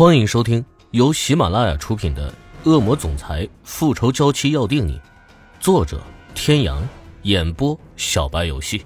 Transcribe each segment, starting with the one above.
欢迎收听由喜马拉雅出品的《恶魔总裁复仇娇妻要定你》，作者天阳，演播小白游戏。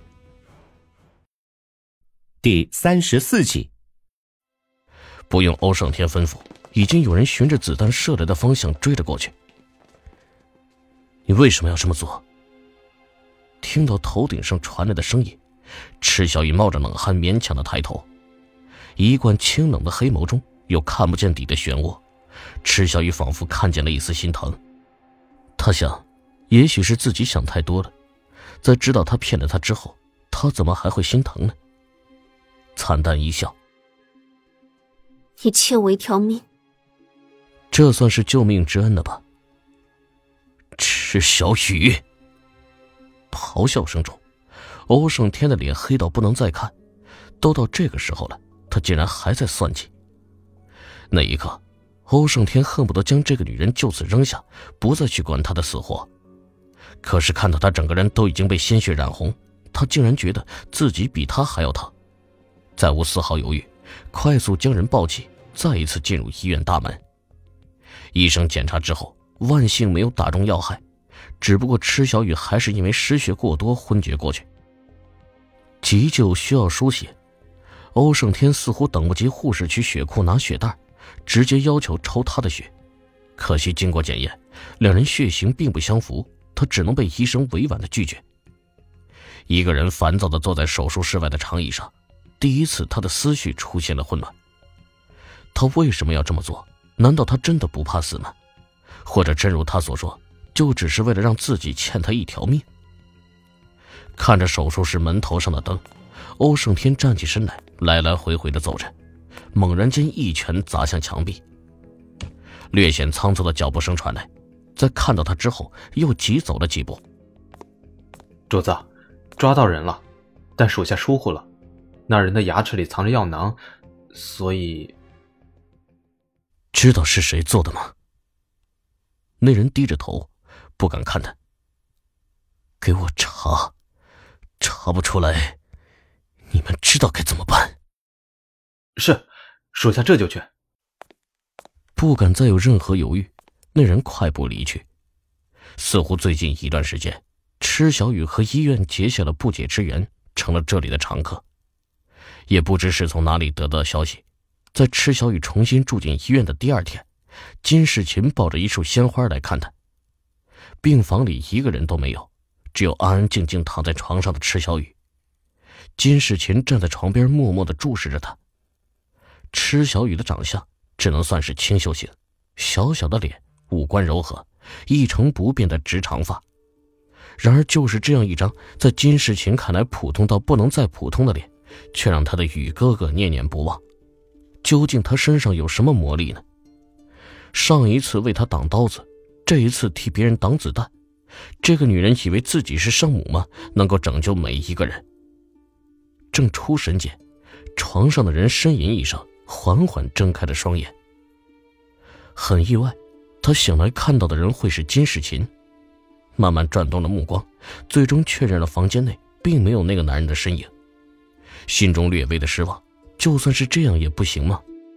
第34集。 不用欧胜天吩咐，已经有人循着子弹射来的方向追了过去。你为什么要这么做？听到头顶上传来的声音，池小雨冒着冷汗勉强的抬头，一贯清冷的黑眸中有看不见底的漩涡。池小雨仿佛看见了一丝心疼，他想，也许是自己想太多了，在知道他骗了他之后，他怎么还会心疼呢？惨淡一笑， 你欠我一条命， 这算是救命之恩了吧？池小雨！咆哮声中，欧胜天的脸黑到不能再看，都到这个时候了，他竟然还在算计。那一刻，欧胜天恨不得将这个女人就此扔下，不再去管她的死活。可是看到她整个人都已经被鲜血染红，他竟然觉得自己比她还要疼。再无丝毫犹豫，快速将人抱起，再一次进入医院大门。医生检查之后，万幸没有打中要害，只不过池小雨还是因为失血过多昏厥过去。急救需要输血，欧胜天似乎等不及护士去血库拿血袋，直接要求抽他的血。可惜经过检验，两人血型并不相符，他只能被医生委婉的拒绝。一个人烦躁地坐在手术室外的长椅上，第一次他的思绪出现了混乱。他为什么要这么做？难道他真的不怕死吗？或者真如他所说，就只是为了让自己欠他一条命？看着手术室门头上的灯，欧胜天站起身来，来来回回地走着，猛然间一拳砸向墙壁。略显仓促的脚步声传来，在看到他之后又急走了几步。 主子，抓到人了，但属下疏忽了，那人的牙齿里藏着药囊，所以…… 知道是谁做的吗？那人低着头，不敢看他。给我查，查不出来，你们知道该怎么办？ 是，属下这就去。 不敢再有任何犹豫，那人快步离去。似乎最近一段时间，池小雨和医院结下了不解之缘，成了这里的常客。也不知是从哪里得到的消息，在池小雨重新住进医院的第二天，金世琴抱着一束鲜花来看他。病房里一个人都没有，只有安安静静躺在床上的池小雨。金世琴站在床边默默地注视着他。池小雨的长相只能算是清秀型，小小的脸，五官柔和，一成不变的直长发。然而就是这样一张在金世琴看来普通到不能再普通的脸，却让他的雨哥哥念念不忘。究竟他身上有什么魔力呢？上一次为他挡刀子，这一次替别人挡子弹，这个女人以为自己是圣母吗？能够拯救每一个人。正出神间，床上的人呻吟一声，缓缓睁开了双眼。很意外，他醒来看到的人会是金世琴。慢慢转动了目光，最终确认了房间内并没有那个男人的身影。心中略微的失望，就算是这样也不行吗？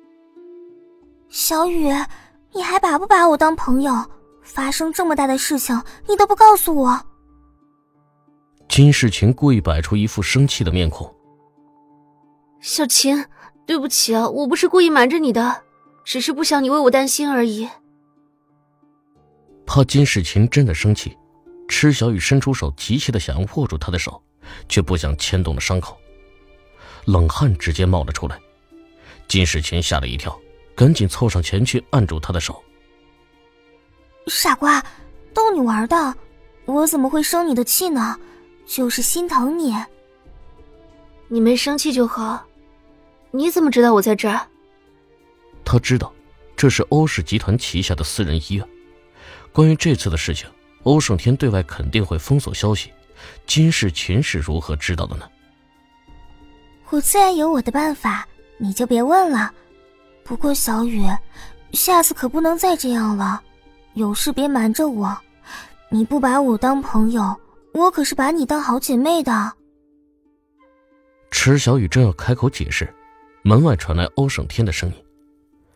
小雨，你还把不把我当朋友？发生这么大的事情，你都不告诉我。 金世琴故意摆出一副生气的面孔。 小琴，对不起啊，我不是故意瞒着你的，只是不想你为我担心而已。 怕金世琴真的生气，池小雨伸出手，急切地想要握住他的手，却不想牵动了伤口。冷汗直接冒了出来，金世琴吓了一跳，赶紧凑上前去按住他的手。 傻瓜，逗你玩的，我怎么会生你的气呢？就是心疼你。 你没生气就好。你怎么知道我在这儿？ 他知道，这是欧氏集团旗下的私人医院。关于这次的事情，欧胜天对外肯定会封锁消息，金世琴是如何知道的呢？ 我自然有我的办法，你就别问了。不过小雨，下次可不能再这样了，有事别瞒着我。你不把我当朋友，我可是把你当好姐妹的。 池小雨正要开口解释，门外传来欧胜天的声音。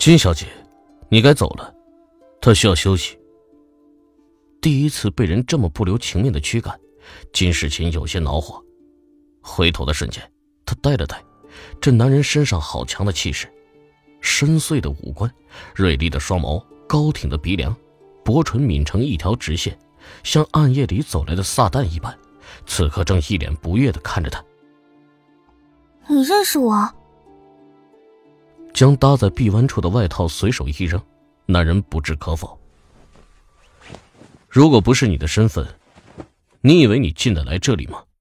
金小姐，你该走了，她需要休息。第一次被人这么不留情面的驱赶，金世琴有些恼火。回头的瞬间，他呆了呆，这男人身上好强的气势，深邃的五官，锐利的双眸，高挺的鼻梁，薄唇抿成一条直线，像暗夜里走来的撒旦一般，此刻正一脸不悦地看着他。 你认识我？ 将搭在臂弯处的外套随手一扔，男人不置可否。如果不是你的身份，你以为你进得来这里吗？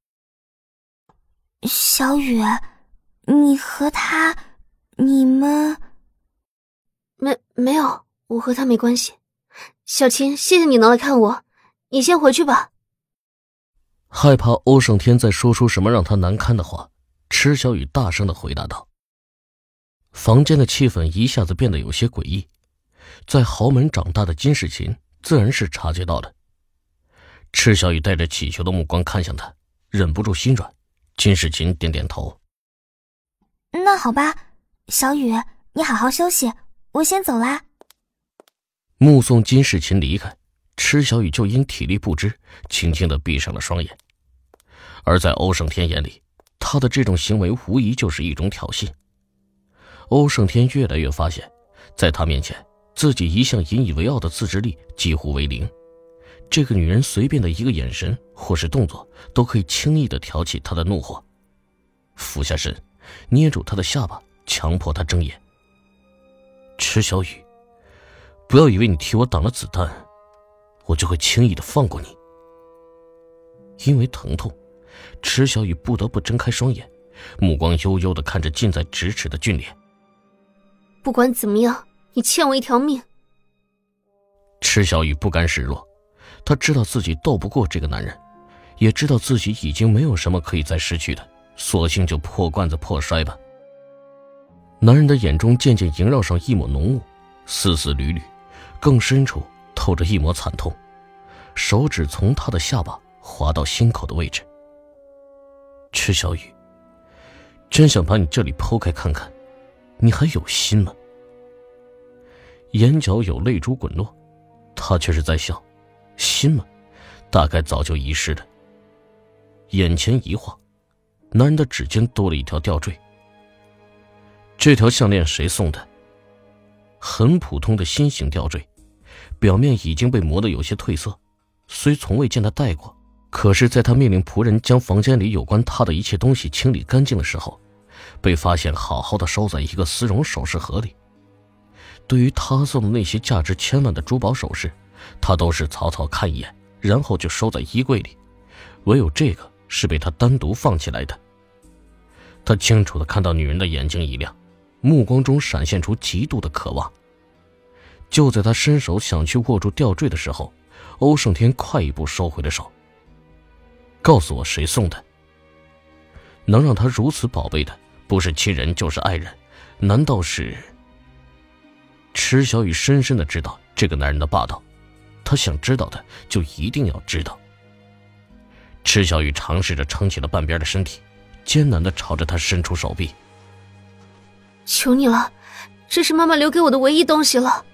小雨，你和他，你们…… 没有，我和他没关系。小琴，谢谢你能来看我，你先回去吧。 害怕欧胜天再说出什么让他难堪的话，池小雨大声地回答道。房间的气氛一下子变得有些诡异，在豪门长大的金世琴自然是察觉到了。池小雨带着乞求的目光看向他，忍不住心软。金世琴点点头。 那好吧，小雨，你好好休息，我先走啦。 目送金世琴离开，池小雨就因体力不支，轻轻地闭上了双眼。而在欧胜天眼里，他的这种行为无疑就是一种挑衅。欧胜天越来越发现，在他面前，自己一向引以为傲的自制力几乎为零。这个女人随便的一个眼神或是动作，都可以轻易地挑起他的怒火。俯下身，捏住他的下巴，强迫他睁眼。池小雨，不要以为你替我挡了子弹，我就会轻易地放过你。因为疼痛，池小雨不得不睁开双眼，目光悠悠地看着近在咫尺的俊脸。 不管怎么样，你欠我一条命。 池小雨不甘示弱，他知道自己斗不过这个男人，也知道自己已经没有什么可以再失去的，索性就破罐子破摔吧。男人的眼中渐渐萦绕上一抹浓雾，丝丝缕缕，更深处透着一抹惨痛，手指从他的下巴滑到心口的位置。池小雨，真想把你这里剖开看看，你还有心吗？眼角有泪珠滚落，他却是在笑。心吗？大概早就遗失了。眼前一晃，男人的指尖多了一条吊坠。这条项链谁送的？很普通的心形吊坠，表面已经被磨得有些褪色，虽从未见他戴过，可是在他命令仆人将房间里有关他的一切东西清理干净的时候，被发现好好的收在一个丝绒首饰盒里。对于他送的那些价值千万的珠宝首饰，他都是草草看一眼，然后就收在衣柜里，唯有这个是被他单独放起来的。他清楚地看到女人的眼睛一亮，目光中闪现出极度的渴望。就在他伸手想去握住吊坠的时候，欧胜天快一步收回了手。告诉我谁送的？能让他如此宝贝的，不是亲人就是爱人，难道是……池小雨深深地知道这个男人的霸道，他想知道的就一定要知道。池小雨尝试着撑起了半边的身体，艰难地朝着他伸出手臂。 求你了，这是妈妈留给我的唯一东西了。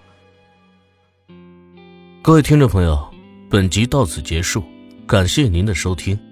各位听众朋友，本集到此结束，感谢您的收听。